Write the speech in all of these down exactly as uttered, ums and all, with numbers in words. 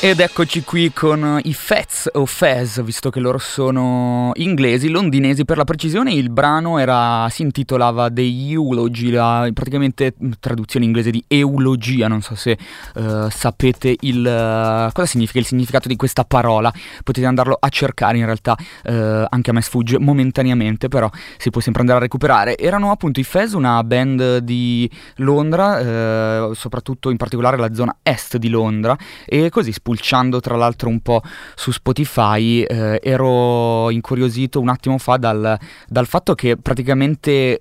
Ed eccoci qui con i Fez o Fez, visto che loro sono inglesi, londinesi per la precisione. Il brano era, si intitolava The Eulogy, la praticamente traduzione inglese di eulogia. Non so se uh, sapete il uh, cosa significa, il significato di questa parola. Potete andarlo a cercare, in realtà uh, anche a me sfugge momentaneamente, però si può sempre andare a recuperare. Erano appunto i Fez, una band di Londra, uh, soprattutto in particolare la zona est di Londra, e così spulciando tra l'altro un po' su Spotify eh, ero incuriosito un attimo fa dal, dal fatto che praticamente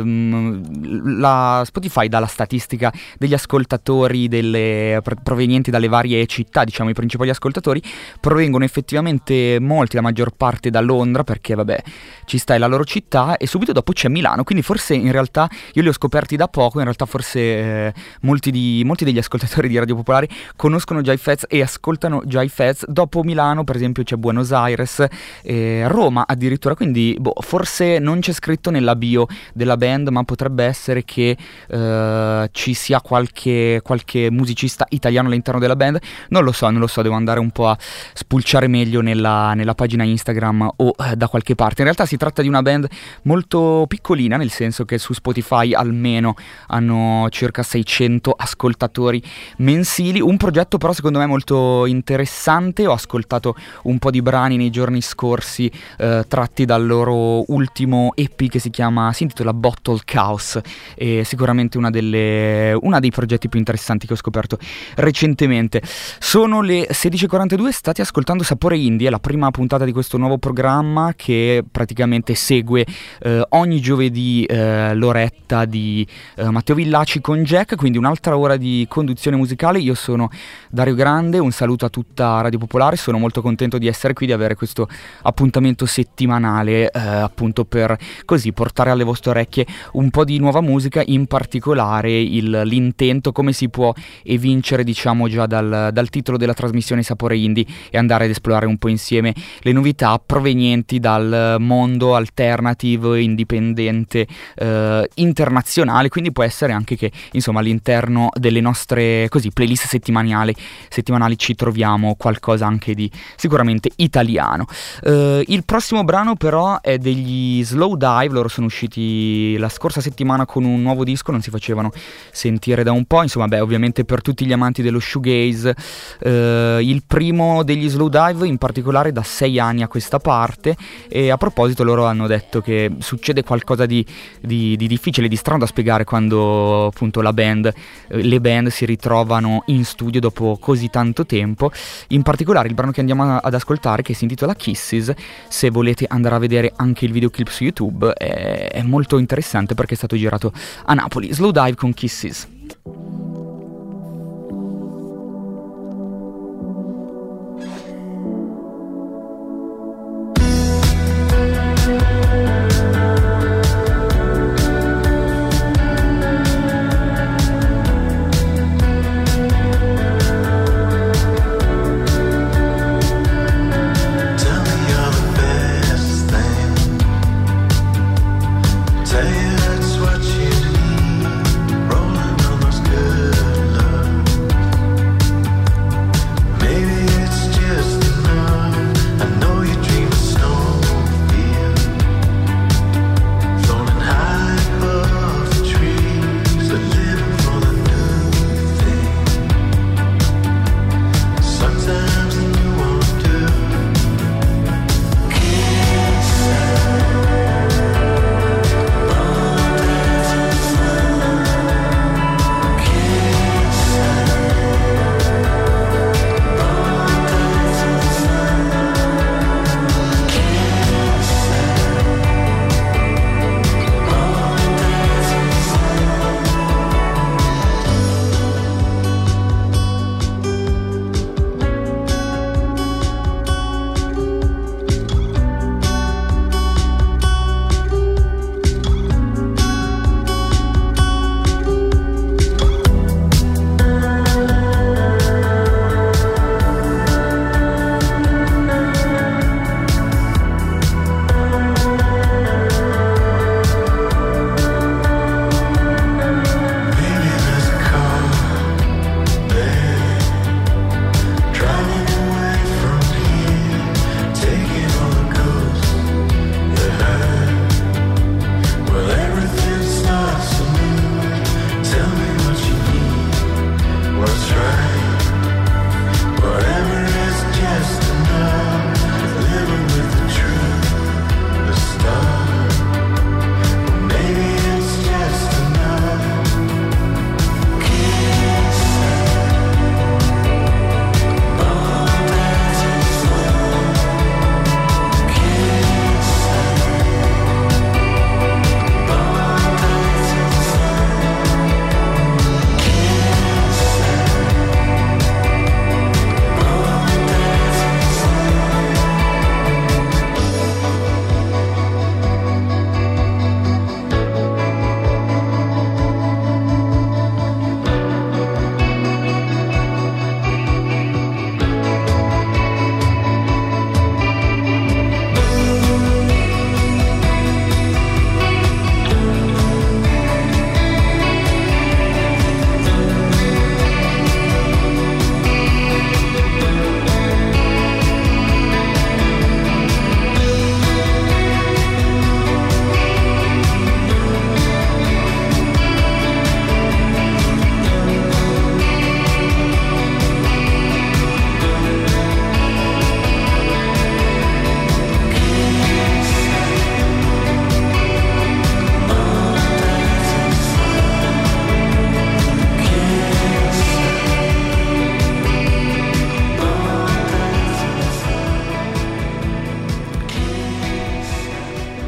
ehm, la Spotify dà la statistica degli ascoltatori delle, provenienti dalle varie città, diciamo i principali ascoltatori provengono effettivamente molti, la maggior parte da Londra, perché vabbè ci sta è la loro città, e subito dopo c'è Milano, quindi forse in realtà io li ho scoperti da poco, in realtà forse eh, molti, di, molti degli ascoltatori di Radio Popolare conoscono già i Fez e ascoltano già i Fez. Dopo Milano per esempio c'è Buenos Aires, eh, Roma addirittura, quindi boh, forse non c'è scritto nella bio della band, ma potrebbe essere che eh, ci sia qualche, qualche musicista italiano all'interno della band, non lo so, non lo so, devo andare un po' a spulciare meglio nella, nella pagina Instagram o eh, da qualche parte. In realtà si tratta di una band molto piccolina, nel senso che su Spotify almeno hanno circa seicento ascoltatori mensili, un progetto però secondo me molto interessante. Ho ascoltato un po' di brani nei giorni scorsi eh, tratti dal loro ultimo E P che si chiama, si intitola Bottle Chaos, e sicuramente una delle una dei progetti più interessanti che ho scoperto recentemente. Sono le sedici e quarantadue, state ascoltando Sapore Indie, è la prima puntata di questo nuovo programma che praticamente segue eh, ogni giovedì eh, l'oretta di eh, Matteo Villaci con Jack, quindi un'altra ora di conduzione musicale. Io sono Dario Grande, un saluto a tutta Radio Popolare, sono molto contento di essere qui, di avere questo appuntamento settimanale eh, appunto per così portare alle vostre orecchie un po' di nuova musica, in particolare il, l'intento, come si può evincere diciamo già dal, dal titolo della trasmissione Sapore Indie, e andare ad esplorare un po' insieme le novità provenienti dal mondo alternative, indipendente, eh, internazionale, quindi può essere anche che insomma all'interno delle nostre così playlist settimanali settimanali ci troviamo qualcosa anche di sicuramente italiano. Uh, il prossimo brano però è degli Slowdive, loro sono usciti la scorsa settimana con un nuovo disco, non si facevano sentire da un po', insomma beh, ovviamente per tutti gli amanti dello shoegaze, uh, il primo degli Slowdive in particolare da sei anni a questa parte. E a proposito loro hanno detto che succede qualcosa di, di, di difficile, di strano da spiegare quando appunto la band, le band si ritrovano in studio dopo così tanto tempo. In particolare il brano che andiamo ad ascoltare, che si intitola Kisses, se volete andare a vedere anche il videoclip su YouTube, è, è molto interessante perché è stato girato a Napoli. Slowdive con Kisses. Say that's what you need, rolling on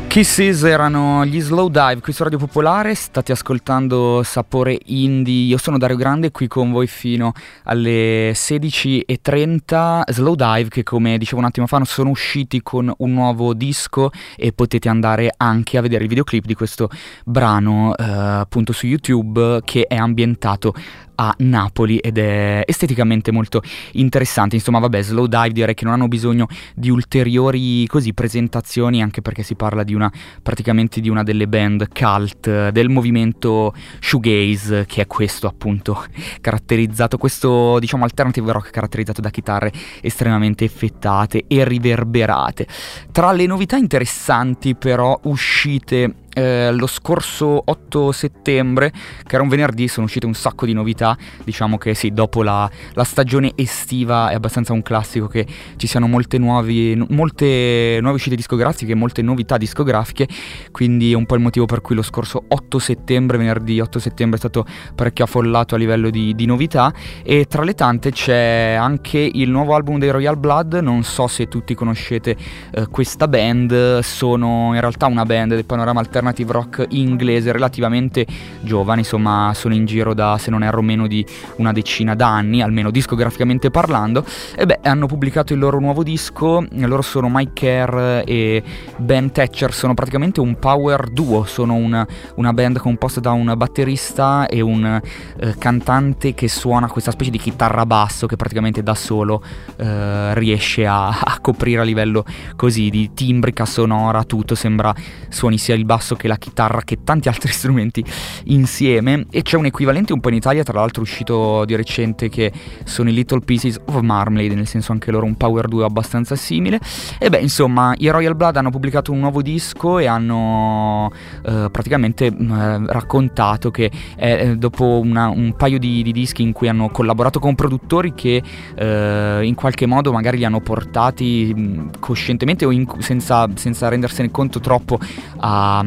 Kisses erano gli Slow Dive qui su Radio Popolare, state ascoltando Sapore Indie, io sono Dario Grande qui con voi fino alle sedici e trenta. Slow Dive che, come dicevo un attimo fa, sono usciti con un nuovo disco e potete andare anche a vedere il videoclip di questo brano eh, appunto su YouTube, che è ambientato a Napoli ed è esteticamente molto interessante. Insomma, vabbè, Slow Dive direi che non hanno bisogno di ulteriori così presentazioni, anche perché si parla di una praticamente di una delle band cult del movimento shoegaze, che è questo appunto caratterizzato, questo diciamo alternative rock caratterizzato da chitarre estremamente effettate e riverberate. Tra le novità interessanti però uscite Eh, lo scorso otto settembre, che era un venerdì, sono uscite un sacco di novità. Diciamo che sì, dopo la, la stagione estiva è abbastanza un classico che ci siano molte nuovi, molte nuove uscite discografiche, molte novità discografiche, quindi è un po' il motivo per cui lo scorso otto settembre, venerdì otto settembre, è stato parecchio affollato a livello di, di novità. E tra le tante c'è anche il nuovo album dei Royal Blood. Non so se tutti conoscete eh, questa band, sono in realtà una band del panorama alternativo rock inglese relativamente giovane, insomma sono in giro da, se non erro, meno di una decina d'anni, almeno discograficamente parlando. E beh, hanno pubblicato il loro nuovo disco. Loro sono Mike Kerr e Ben Thatcher, sono praticamente un power duo, sono una, una band composta da un batterista e un eh, cantante che suona questa specie di chitarra basso che praticamente da solo eh, riesce a, a coprire a livello così di timbrica sonora tutto, sembra suoni sia il basso che la chitarra che tanti altri strumenti insieme. E c'è un equivalente un po' in Italia, tra l'altro uscito di recente, che sono i Little Pieces of Marmalade, nel senso anche loro un power duo abbastanza simile. E beh, insomma, i Royal Blood hanno pubblicato un nuovo disco e hanno eh, praticamente eh, raccontato che eh, dopo una, un paio di, di dischi in cui hanno collaborato con produttori che eh, in qualche modo magari li hanno portati mh, coscientemente o in, senza, senza rendersene conto troppo a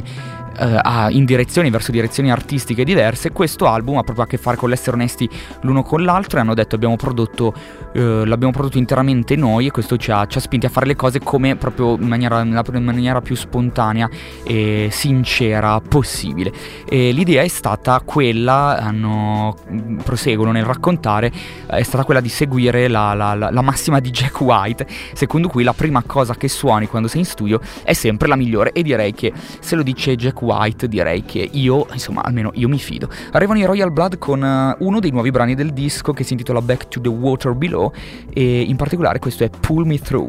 Uh, in direzioni verso direzioni artistiche diverse, questo album ha proprio a che fare con l'essere onesti l'uno con l'altro, e hanno detto abbiamo prodotto uh, l'abbiamo prodotto interamente noi, e questo ci ha, ci ha spinti a fare le cose come proprio in maniera, in maniera più spontanea e sincera possibile. E l'idea è stata quella, hanno proseguono nel raccontare, è stata quella di seguire la, la, la, la massima di Jack White, secondo cui la prima cosa che suoni quando sei in studio è sempre la migliore, e direi che se lo dice Jack White direi che io, insomma, almeno io mi fido. Arrivano i Royal Blood con uh, uno dei nuovi brani del disco che si intitola Back to the Water Below, e in particolare questo è Pull Me Through.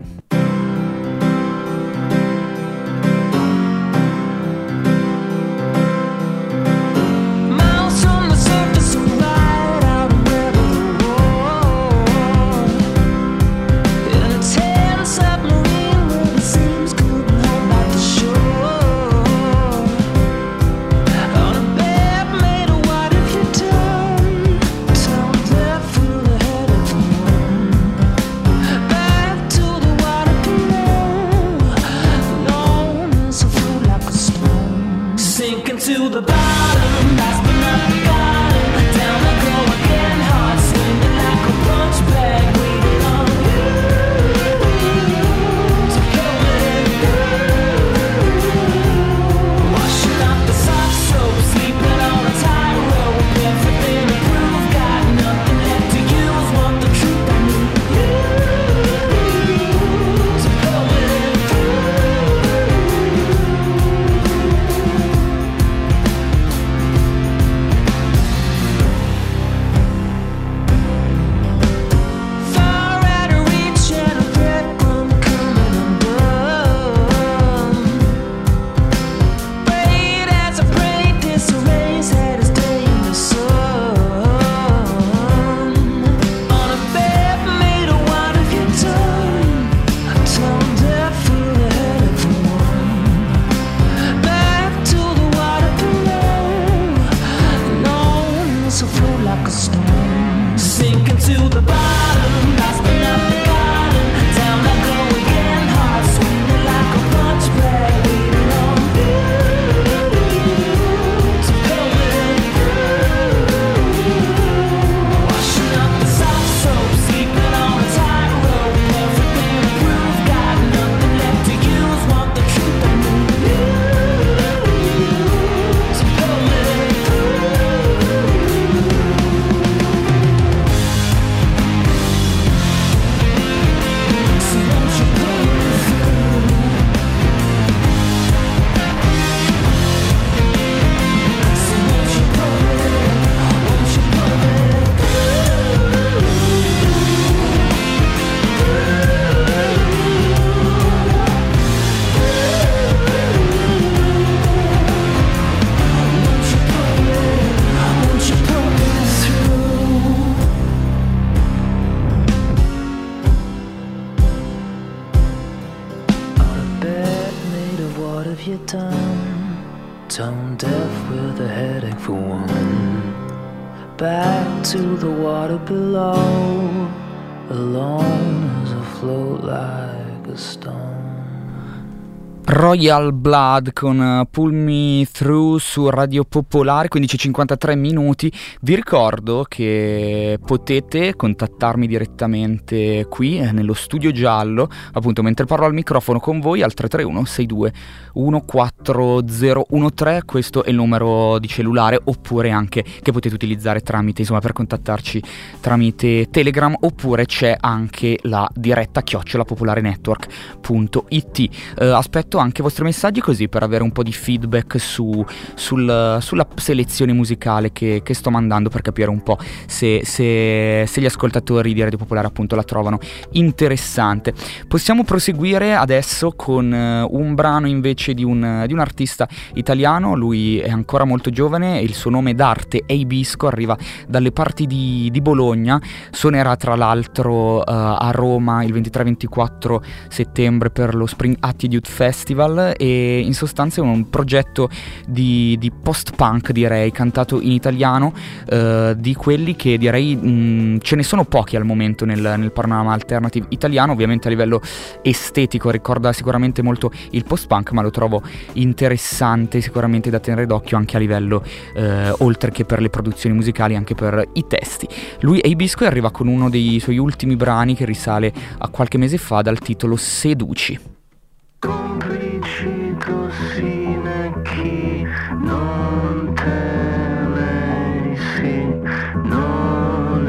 Tone deaf with a headache for one. Back to the water below, alone as I float like a stone. Royal Blood con Pull Me Through su Radio Popolare, quindici e cinquantatré minuti. Vi ricordo che potete contattarmi direttamente qui eh, nello studio giallo, appunto mentre parlo al microfono con voi, al tre tre uno sei due uno quattro zero uno tre. Questo è il numero di cellulare, oppure anche che potete utilizzare tramite, insomma, per contattarci tramite Telegram, oppure c'è anche la diretta chiocciola popolarenetwork punto it. Eh, aspetto anche i vostri messaggi, così per avere un po' di feedback su, sul, sulla selezione musicale che, che sto mandando, per capire un po' se, se, se gli ascoltatori di Radio Popolare appunto la trovano interessante. Possiamo proseguire adesso con uh, un brano invece di un, di un artista italiano. Lui è ancora molto giovane e il suo nome d'arte è Ibisco, arriva dalle parti di, di Bologna, suonerà tra l'altro uh, a Roma il ventitré ventiquattro settembre per lo Spring Attitude Festival, e in sostanza è un progetto di, di post-punk, direi, cantato in italiano, eh, di quelli che direi mh, ce ne sono pochi al momento nel, nel panorama alternative italiano. Ovviamente a livello estetico ricorda sicuramente molto il post-punk, ma lo trovo interessante, sicuramente da tenere d'occhio anche a livello, eh, oltre che per le produzioni musicali, anche per i testi. Lui è Ibisco e arriva con uno dei suoi ultimi brani che risale a qualche mese fa, dal titolo Seduci. Complici tossine chi non temersi, non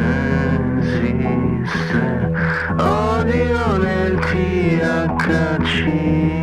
esiste odio nel T H C.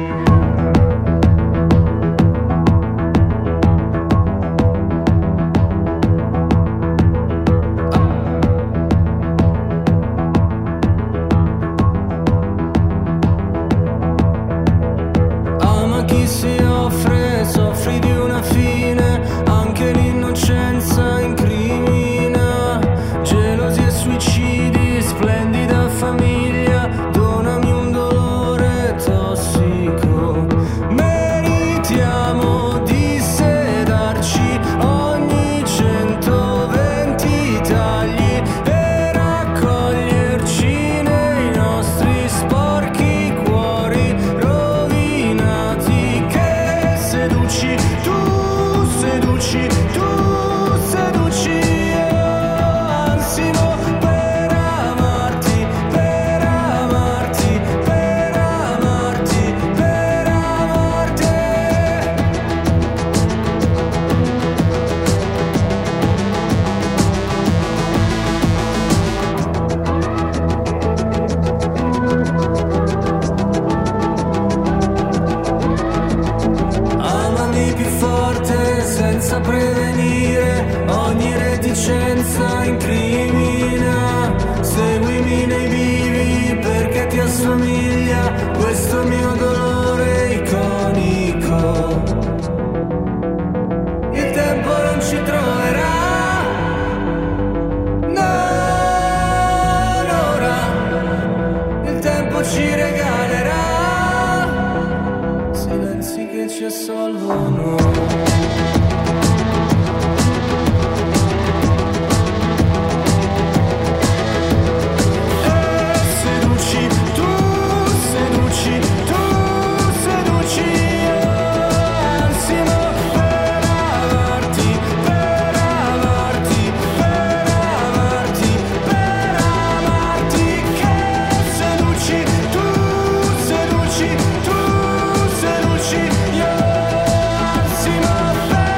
Seduci, tu seduci, io ansimo per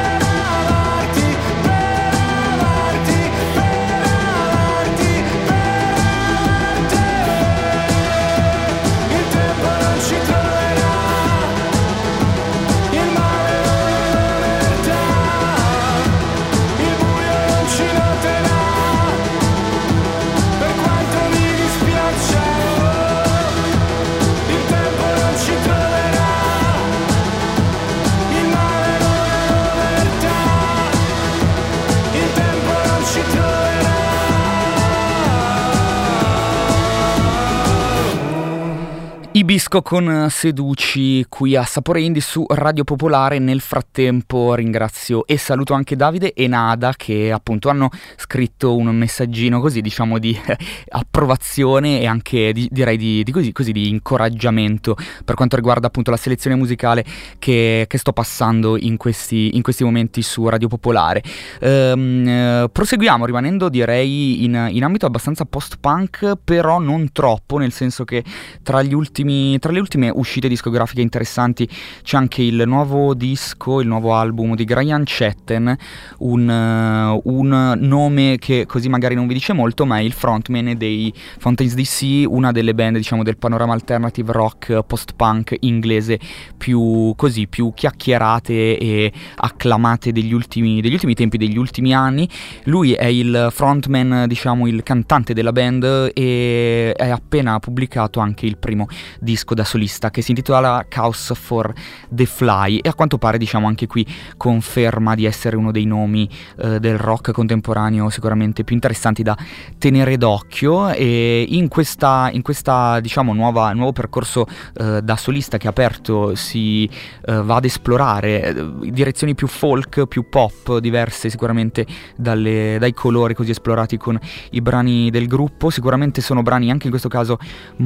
Disco con Seduci qui a Sapore Indie su Radio Popolare. Nel frattempo ringrazio e saluto anche Davide e Nada che appunto hanno scritto un messaggino così, diciamo, di eh, approvazione e anche di, direi di, di, così, così di incoraggiamento per quanto riguarda appunto la selezione musicale che, che sto passando in questi, in questi momenti su Radio Popolare. Ehm, eh, proseguiamo rimanendo direi in, in ambito abbastanza post-punk, però non troppo, nel senso che tra gli ultimi Tra le ultime uscite discografiche interessanti c'è anche il nuovo disco, il nuovo album di Graham Chatten, un, uh, un nome che così magari non vi dice molto, ma è il frontman dei Fountains D C, una delle band diciamo del panorama alternative rock post-punk inglese più così, più chiacchierate e acclamate degli ultimi, degli ultimi tempi, degli ultimi anni. Lui è il frontman, diciamo il cantante della band, e è appena pubblicato anche il primo disco da solista che si intitola Chaos for the Fly e a quanto pare diciamo anche qui conferma di essere uno dei nomi eh, del rock contemporaneo sicuramente più interessanti da tenere d'occhio. E in questa, in questa diciamo nuova, nuovo percorso eh, da solista che ha aperto si eh, va ad esplorare eh, direzioni più folk, più pop, diverse sicuramente dalle, dai colori così esplorati con i brani del gruppo. Sicuramente sono brani anche in questo caso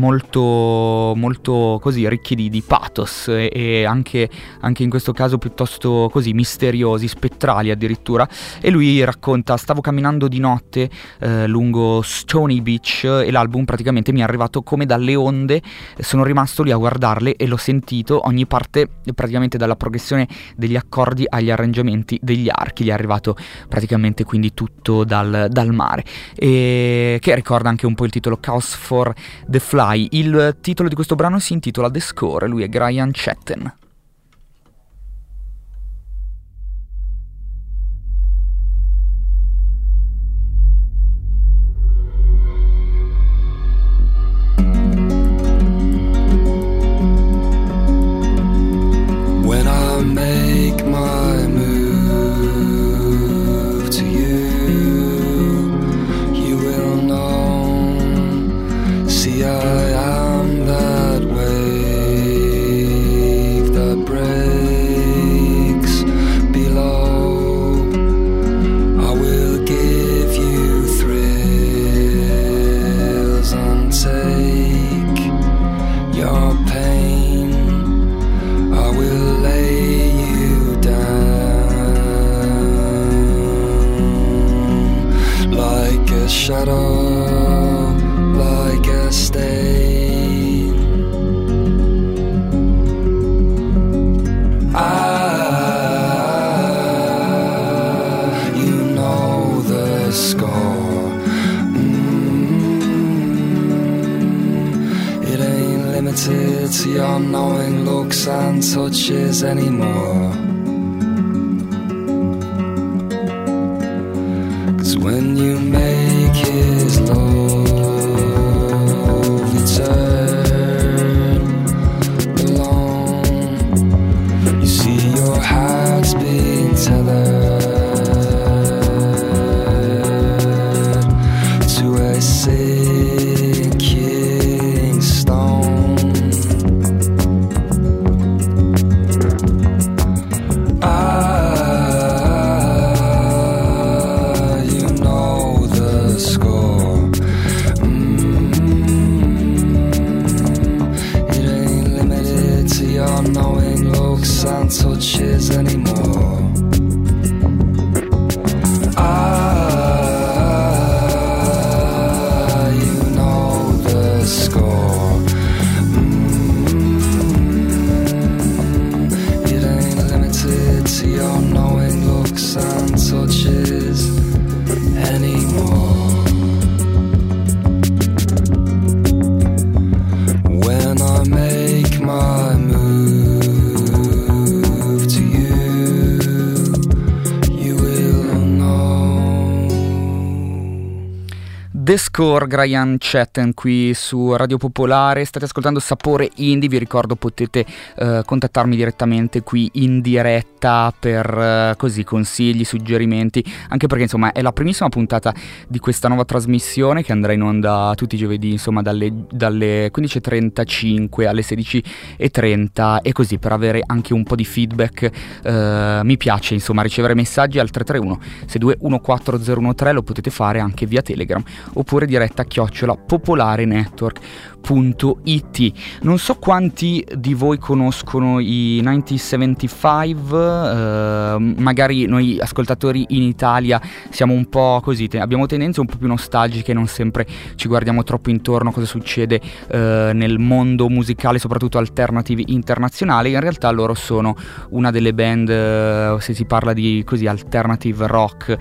molto molto così ricchi di, di pathos e, e anche, anche in questo caso piuttosto così misteriosi, spettrali addirittura. E lui racconta: stavo camminando di notte eh, lungo Stony Beach e l'album praticamente mi è arrivato come dalle onde, sono rimasto lì a guardarle e l'ho sentito ogni parte, praticamente dalla progressione degli accordi agli arrangiamenti degli archi, gli è arrivato praticamente quindi tutto dal, dal mare, e che ricorda anche un po' il titolo Chaos for the Fly. Il titolo di questo brano si intitola The Score, lui è Graham Chatten. When I make my move to you, you will know. See, I am that wave that breaks below. I will give you thrills and take your pain. I will lay you down like a shadow, like a stain. Ah, you know the score. Mm, it ain't limited to your knowing looks and touches anymore. 'Cause when you make his love return alone, you see your heart's being tethered to a sinking stone. Ah, you know the score. Mm, it ain't limited to your knowing looks and touches anymore. The Score, Brian Chatten qui su Radio Popolare. State ascoltando Sapore Indie. Vi ricordo potete eh, contattarmi direttamente qui in diretta per eh, così consigli, suggerimenti, anche perché insomma è la primissima puntata di questa nuova trasmissione che andrà in onda tutti i giovedì, insomma dalle, dalle quindici e trentacinque alle sedici e trenta, e così per avere anche un po' di feedback eh, mi piace insomma ricevere messaggi al tre tre uno sei due uno quattro zero uno tre. Lo potete fare anche via Telegram oppure diretta chiocciola popolarenetwork.it. Non so quanti di voi conoscono i millenovecentosettantacinque, eh, magari noi ascoltatori in Italia siamo un po' così, te- abbiamo tendenze un po' più nostalgiche, non sempre ci guardiamo troppo intorno a cosa succede eh, nel mondo musicale, soprattutto alternative internazionali. In realtà loro sono una delle band, eh, se si parla di così alternative rock,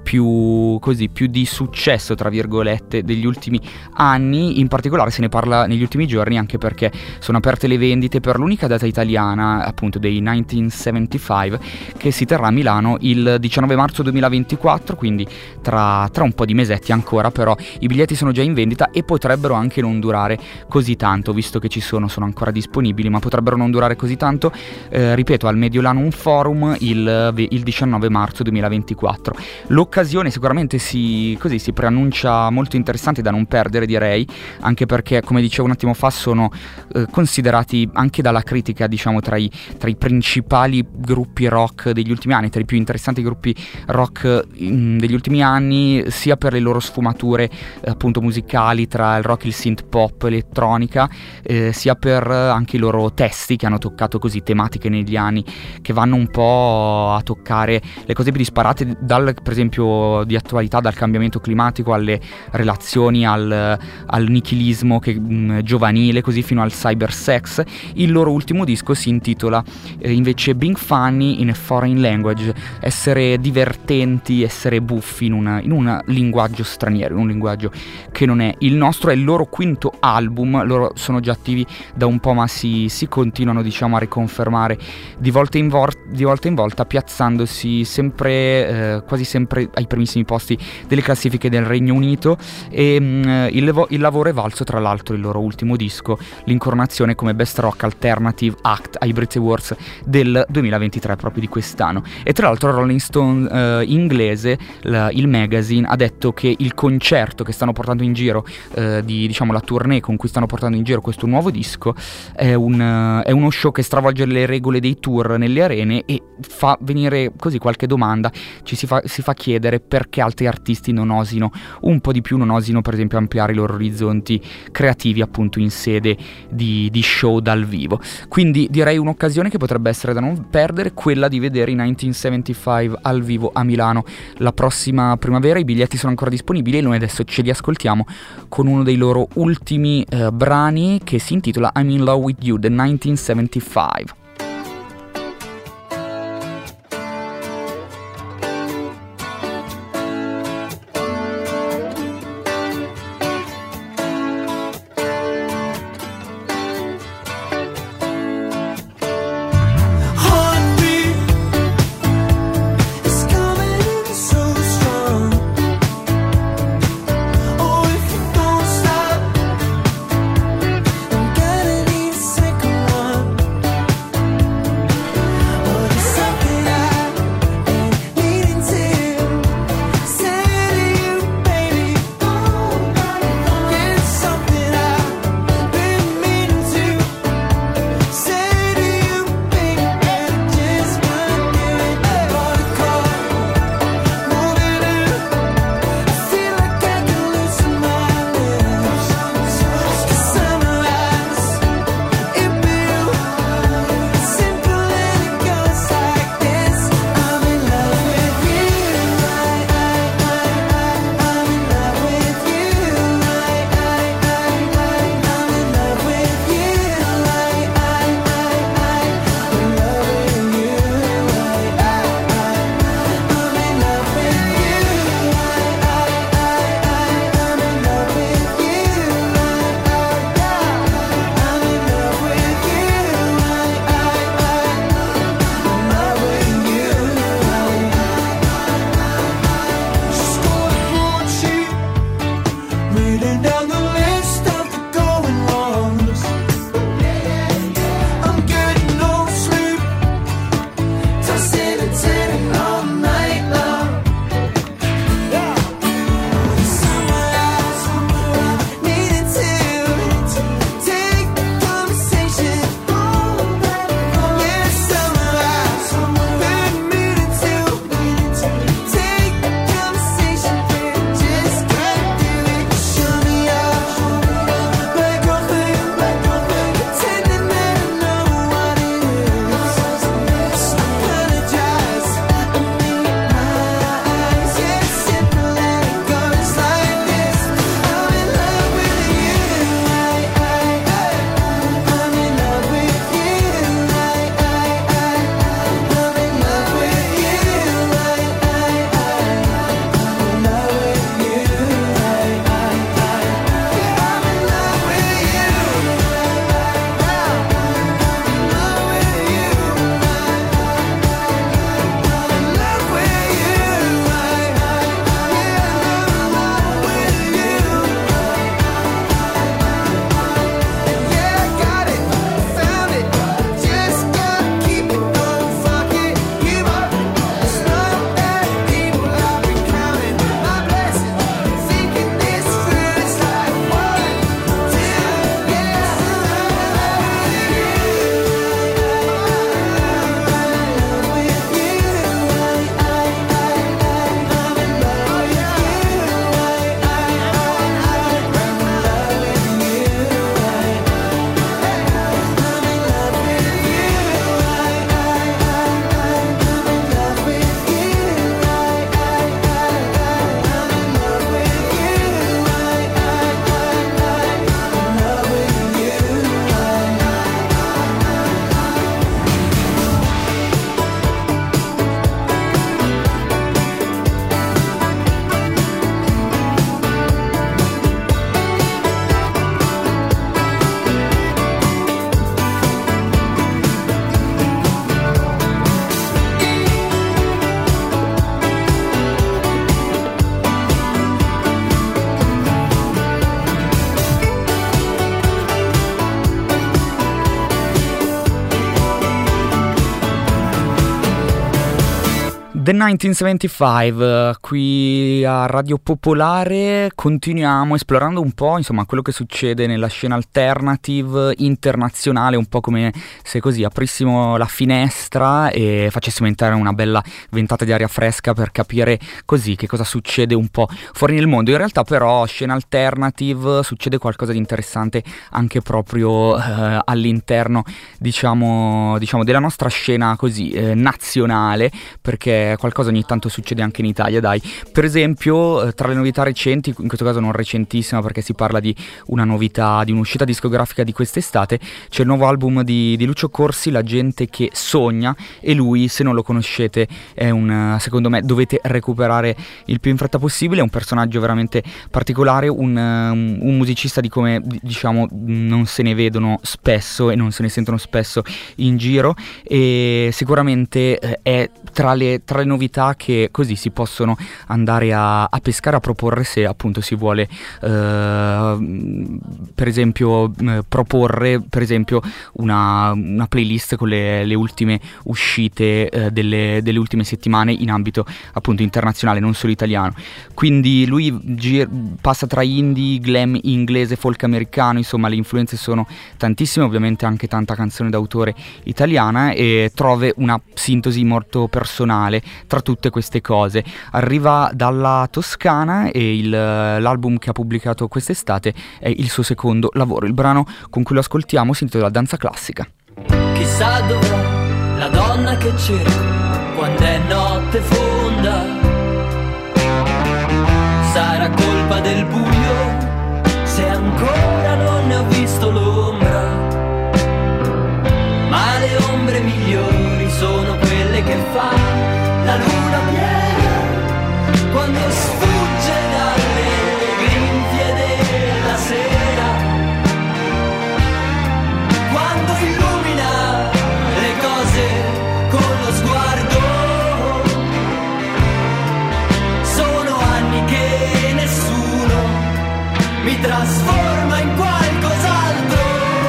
più così più di successo tra virgolette degli ultimi anni. In particolare se ne parla negli ultimi giorni anche perché sono aperte le vendite per l'unica data italiana appunto dei millenovecentosettantacinque, che si terrà a Milano il diciannove marzo duemilaventiquattro, quindi tra, tra un po' di mesetti ancora, però i biglietti sono già in vendita e potrebbero anche non durare così tanto, visto che ci sono, sono ancora disponibili, ma potrebbero non durare così tanto, eh, ripeto, al Mediolanum Forum il, il diciannove marzo duemilaventiquattro. L'occasione sicuramente si, così, si preannuncia molto interessante, da non perdere direi, anche perché come dicevo un attimo fa sono eh, considerati anche dalla critica diciamo tra i, tra i principali gruppi rock degli ultimi anni, tra i più interessanti gruppi rock in, degli ultimi anni, sia per le loro sfumature eh, appunto musicali tra il rock, il synth pop, elettronica, eh, sia per anche i loro testi che hanno toccato così tematiche negli anni che vanno un po' a toccare le cose più disparate, dal per esempio di attualità, dal cambiamento climatico alle relazioni, al, al nichilismo che, mh, giovanile, così fino al cybersex. Il loro ultimo disco si intitola eh, invece Being Funny in a Foreign Language, essere divertenti, essere buffi in, una, in un linguaggio straniero, in un linguaggio che non è il nostro. È il loro quinto album, loro sono già attivi da un po' ma si, si continuano diciamo a riconfermare di volta in, vor- di volta in volta, piazzandosi sempre eh, quasi sempre ai primissimi posti delle classifiche del Regno Unito. E mh, il, levo- il lavoro è valso tra l'altro il loro ultimo disco, l'incoronazione come Best Rock Alternative Act ai Brit Awards del duemilaventitré, proprio di quest'anno. E tra l'altro Rolling Stone eh, inglese, l- il magazine, ha detto che il concerto che stanno portando in giro, eh, di diciamo la tournée con cui stanno portando in giro questo nuovo disco, è, un, uh, è uno show che stravolge le regole dei tour nelle arene e fa venire così qualche domanda, ci si fa, si fa chiedere perché altri artisti non osino un po' di più, non osino per esempio ampliare i loro orizzonti creativi appunto in sede di, di show dal vivo. Quindi direi un'occasione che potrebbe essere da non perdere, quella di vedere i millenovecentosettantacinque al vivo a Milano la prossima primavera. I biglietti sono ancora disponibili e noi adesso ce li ascoltiamo con uno dei loro ultimi eh, brani che si intitola I'm in Love with You, The millenovecentosettantacinque. Getting sick of one. The millenovecentosettantacinque, qui a Radio Popolare continuiamo esplorando un po', insomma, quello che succede nella scena alternative internazionale, un po' come se così aprissimo la finestra e facessimo entrare una bella ventata di aria fresca per capire così che cosa succede un po' fuori nel mondo. In realtà però scena alternative succede qualcosa di interessante anche proprio eh, all'interno, diciamo, diciamo della nostra scena così eh, nazionale, perché qualcosa ogni tanto succede anche in Italia, dai. Per esempio, tra le novità recenti, in questo caso non recentissima perché si parla di una novità, di un'uscita discografica di quest'estate, c'è il nuovo album di, di Lucio Corsi, La gente che sogna, e lui, se non lo conoscete, è un, secondo me dovete recuperare il più in fretta possibile. È un personaggio veramente particolare, un, un musicista di come, diciamo, non se ne vedono spesso e non se ne sentono spesso in giro, e sicuramente è tra le tra le novità che così si possono andare a, a pescare, a proporre se appunto si vuole eh, per esempio eh, proporre per esempio una, una playlist con le, le ultime uscite eh, delle, delle ultime settimane in ambito appunto internazionale, non solo italiano. Quindi lui gir- passa tra indie, glam inglese, folk americano, insomma le influenze sono tantissime, ovviamente anche tanta canzone d'autore italiana, e trova una sintesi molto personale tra tutte queste cose. Arriva dalla Toscana e il, l'album che ha pubblicato quest'estate è il suo secondo lavoro. Il brano con cui lo ascoltiamo si intitola Danza Classica. Chissà dov'è la donna che cerco quando è notte fonda. Sarà colpa del buio se ancora non ne ho visto l'ombra, ma le ombre migliori sono quelle che fa la luna piena quando sfugge dalle grinfie della sera, quando illumina le cose con lo sguardo. Sono anni che nessuno mi trasforma in qualcos'altro.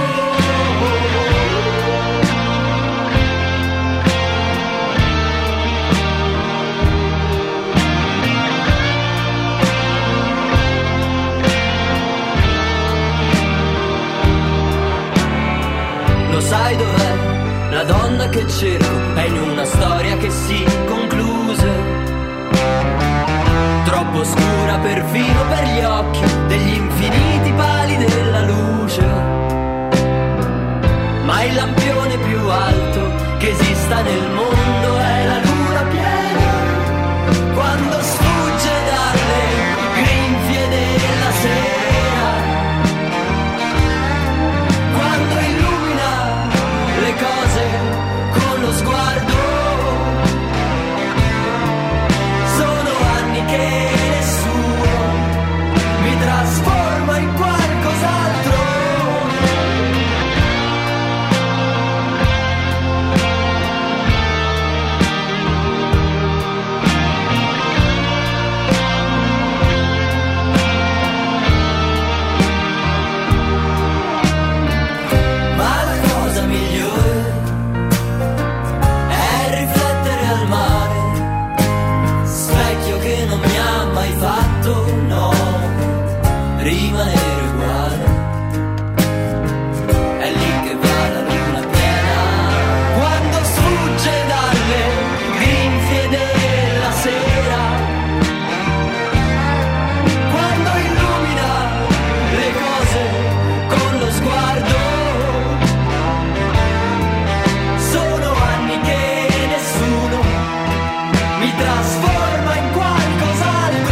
Lo sai dov'è la donna che cerco? È in una storia che si concluse, troppo scura perfino per gli occhi degli infiniti pali della luce, ma il lampione più alto che esista nel mondo è la luna piena quando sfugge dalle grinfie della sera, quando illumina le cose con lo sguardo. Sono anni che nessuno mi trasforma in qualcos'altro. Ma la cosa migliore è riflettere al mare, specchio che non mi ha mai fatto no rimanere uguale. È lì che va la luna piena quando sfugge dalle grinfie della sera, quando illumina le cose con lo sguardo. Sono anni che nessuno mi trasforma in qualcos'altro.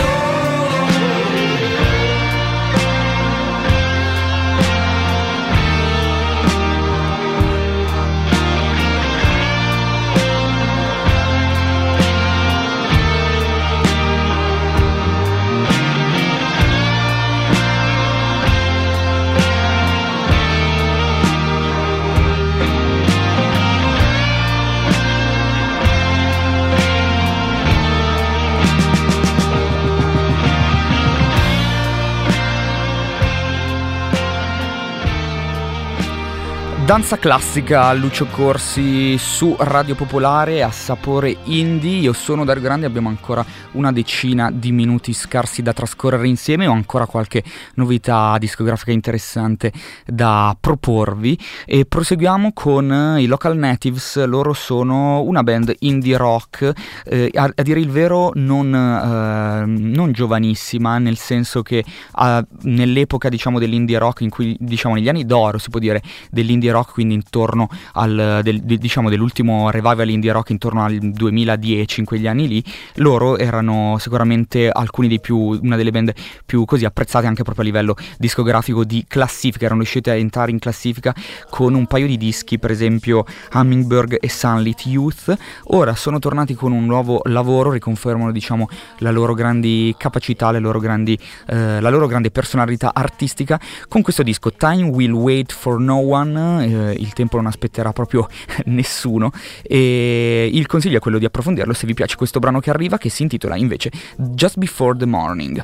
Danza classica, Lucio Corsi su Radio Popolare a sapore indie. Io sono Dario Grandi, abbiamo ancora una decina di minuti scarsi da trascorrere insieme. Ho ancora qualche novità discografica interessante da proporvi e proseguiamo con i Local Natives. Loro sono una band indie rock, eh, a, a dire il vero non, eh, non giovanissima, nel senso che eh, nell'epoca diciamo dell'indie rock, in cui diciamo negli anni d'oro si può dire dell'indie rock, quindi intorno al del, de, diciamo dell'ultimo revival indie rock intorno al duemiladieci, in quegli anni lì, loro erano sicuramente alcuni dei più, una delle band più così apprezzate anche proprio a livello discografico di classifica. Erano riusciti a entrare in classifica con un paio di dischi, per esempio Hummingbird e Sunlit Youth. Ora sono tornati con un nuovo lavoro, riconfermano diciamo la loro grandi capacità, le loro grandi, eh, la loro grande personalità artistica con questo disco Time Will Wait for No One. Eh, il tempo non aspetterà proprio nessuno e il consiglio è quello di approfondirlo se vi piace questo brano che arriva, che si intitola invece Just Before the Morning.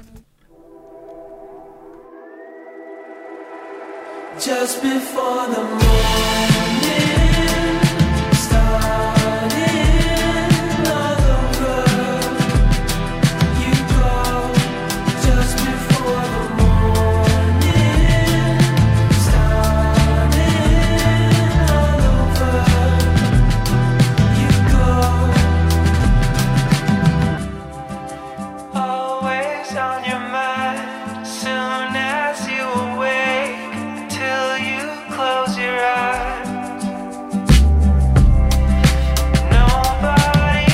Just before the morning started all over, you go. Just before the morning started all over, you go. Always on your mind, soon as you awake, till you close your eyes. Nobody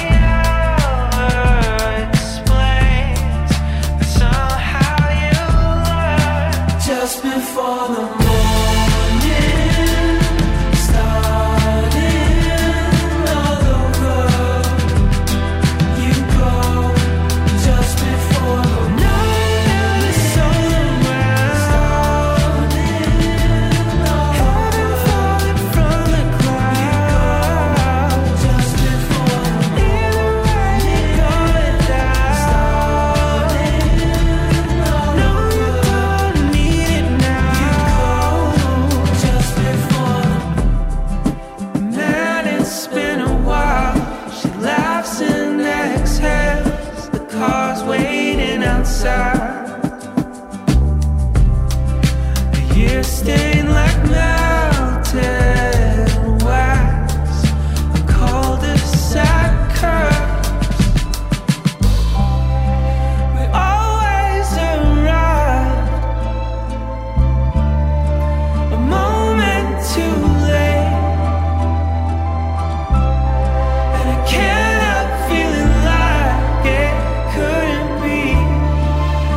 ever explains, but somehow you learn. Just before the morning started all over, you go. Just before the night is somewhere heaven falling from the clouds. Just before the either way you going down. No, you don't need it now. Just before the man, it's been a while. She laughs and exhales. The car's waiting outside. The years stain like melted wax. A cul-de-sac curves. We always arrive a moment too late, and I can't help feeling like it couldn't be.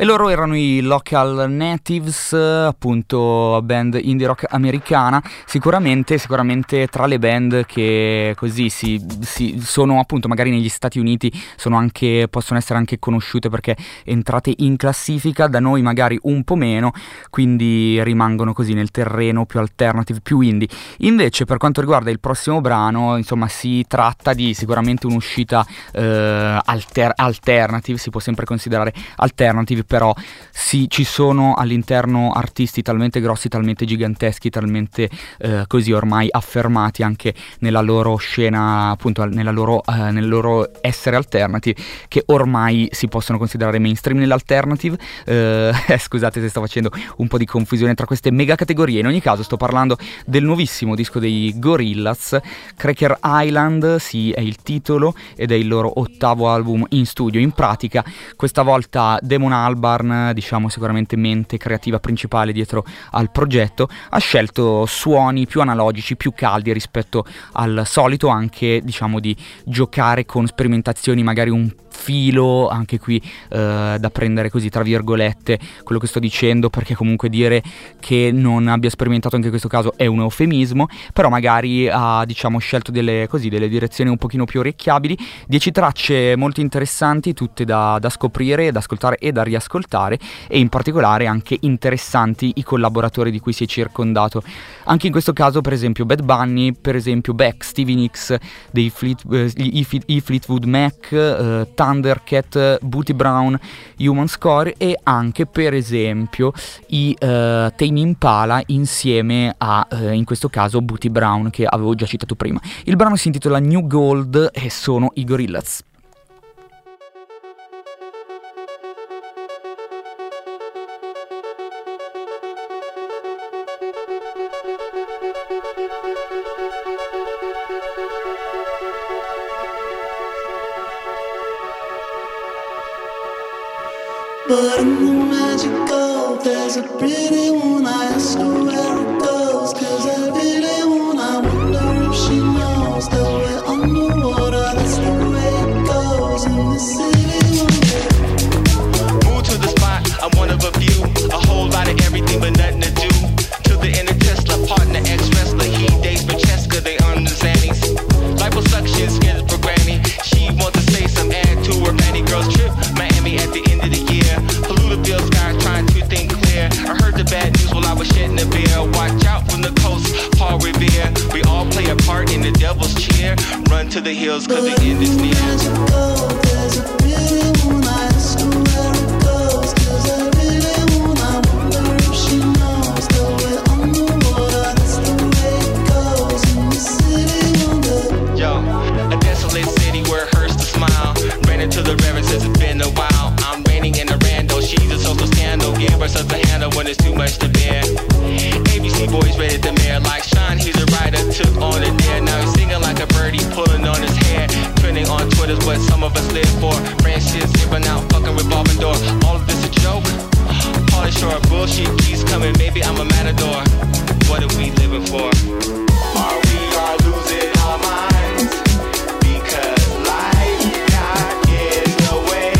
E loro erano i Local Natives, appunto band indie rock americana, sicuramente, sicuramente tra le band che così si, si sono appunto magari negli Stati Uniti, sono anche, possono essere anche conosciute perché entrate in classifica, da noi magari un po' meno, quindi rimangono così nel terreno più alternative, più indie. Invece per quanto riguarda il prossimo brano, insomma si tratta di sicuramente un'uscita eh, alter- alternative, si può sempre considerare alternative, però sì, ci sono all'interno artisti talmente grossi, talmente giganteschi, talmente eh, così ormai affermati anche nella loro scena, appunto nella loro, eh, nel loro essere alternative, che ormai si possono considerare mainstream nell'alternative. Eh, scusate se sto facendo un po' di confusione tra queste mega categorie. In ogni caso sto parlando del nuovissimo disco dei Gorillaz, Cracker Island, sì, è il titolo ed è il loro ottavo album in studio. In pratica questa volta Damon Albarn, diciamo sicuramente mente creativa principale dietro al progetto, ha scelto suoni più analogici, più caldi rispetto al solito, anche diciamo di giocare con sperimentazioni magari un filo anche qui eh, da prendere così tra virgolette quello che sto dicendo, perché comunque dire che non abbia sperimentato anche in questo caso è un eufemismo, però magari ha diciamo scelto delle così delle direzioni un pochino più orecchiabili. Dieci tracce molto interessanti, tutte da, da scoprire, da ascoltare e da riascoltare, e in particolare anche interessanti i collaboratori di cui si è circondato. Anche in questo caso per esempio Bad Bunny, per esempio Beck, Stevie Nicks dei Fleet, eh, i, i Fleetwood Mac, eh, Thundercat, Booty Brown, Human Score, e anche per esempio i uh, Tame Impala insieme a uh, in questo caso Booty Brown, che avevo già citato prima. Il brano si intitola New Gold e sono i Gorillaz. But in the magical, there's a pretty one. I ask her where it goes, cause I really wanna wonder if she knows that we're underwater. That's the way it goes in the city. Move to the spot, I'm one of a few. A whole lot of everything but nothing to do. To the inner Tesla, partner, ex-wrestler. He dates Francesca, they on the Zannies. Liposuction, schizophrenia. She wants to say some add to her fanny. Girls trip, Miami at the end of the year. Polluted sky trying to think clear. I heard the bad news while I was shedding a beer. Watch out from the coast, Paul Revere. We all play a part in the devil's cheer. Run to the hills cause the end is near. There's a pretty one. I ask her where it goes, cause I really wanna wonder if she knows that we're underwater. That's the way it goes in the city wonder. Yo, a desolate city where it hurts to smile. Ran into the river since it's been a while. I'm raining in a rando, she's a social scandal. Give her such a handle when it's too much to bear. A B C boys ready to mayor like Sean, he's a writer, took on a dare. Now he's singing like a birdie, pulling on his hair. Trending on Twitter's what some of us live for. Branches zipping out, fucking revolving door. All of this a joke? Pauly Shore, bullshit keeps coming, maybe I'm a matador. What are we living for? Are we all losing our minds? Because life got in the way.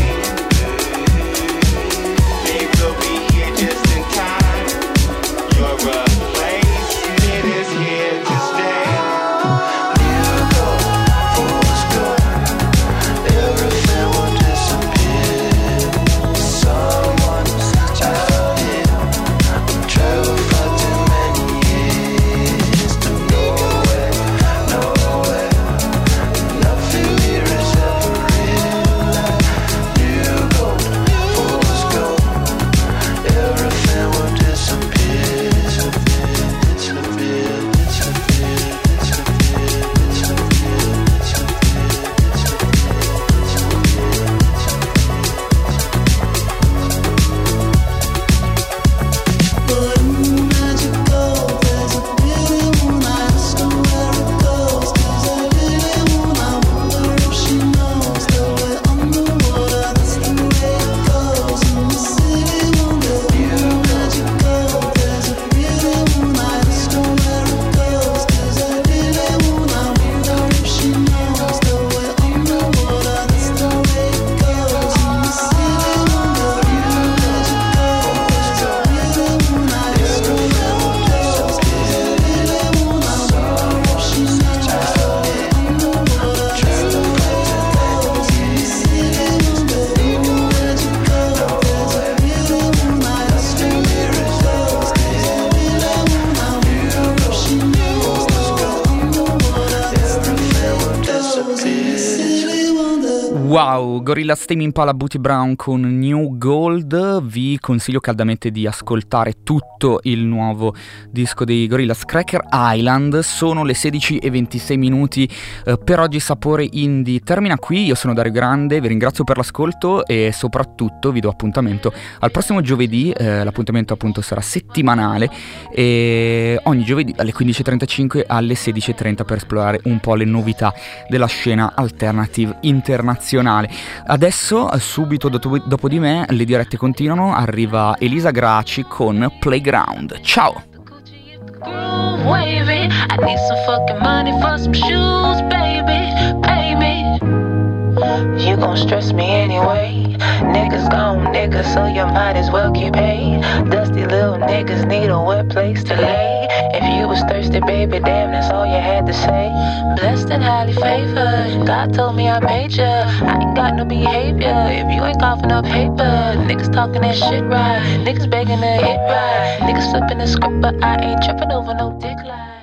They will be here just in time. Your replacement is here to stay. New gold, fool's gold. Everything will disappear. Someone's out here. I'm traveled far too many years to Wow, Gorillaz, Tame Impala, Booty Brown con New Gold. Vi consiglio caldamente di ascoltare tutto il nuovo disco dei Gorillaz, Cracker Island. Sono le sedici e ventisei minuti. eh, Per oggi Sapore Indie termina qui. Io sono Dario Grande, vi ringrazio per l'ascolto e soprattutto vi do appuntamento al prossimo giovedì. eh, L'appuntamento appunto sarà settimanale e ogni giovedì alle quindici e trentacinque alle sedici e trenta per esplorare un po' le novità della scena alternative internazionale. Adesso, subito dopo, dopo di me, le dirette continuano. Arriva Elisa Graci con Playground. Ciao! Wavy, I need some fucking money for some shoes, baby, baby. You gon' stress me anyway. Niggas gone, niggas, so you might as well get paid. Dusty little niggas need a wet place to lay. If you was thirsty, baby, damn, that's all you had to say. Blessed and highly favored, God told me I made ya. I ain't got no behavior if you ain't coughing up paper. Niggas talking that shit right, niggas begging to hit right. Niggas flipping the script, but I ain't tripping over no dick lie.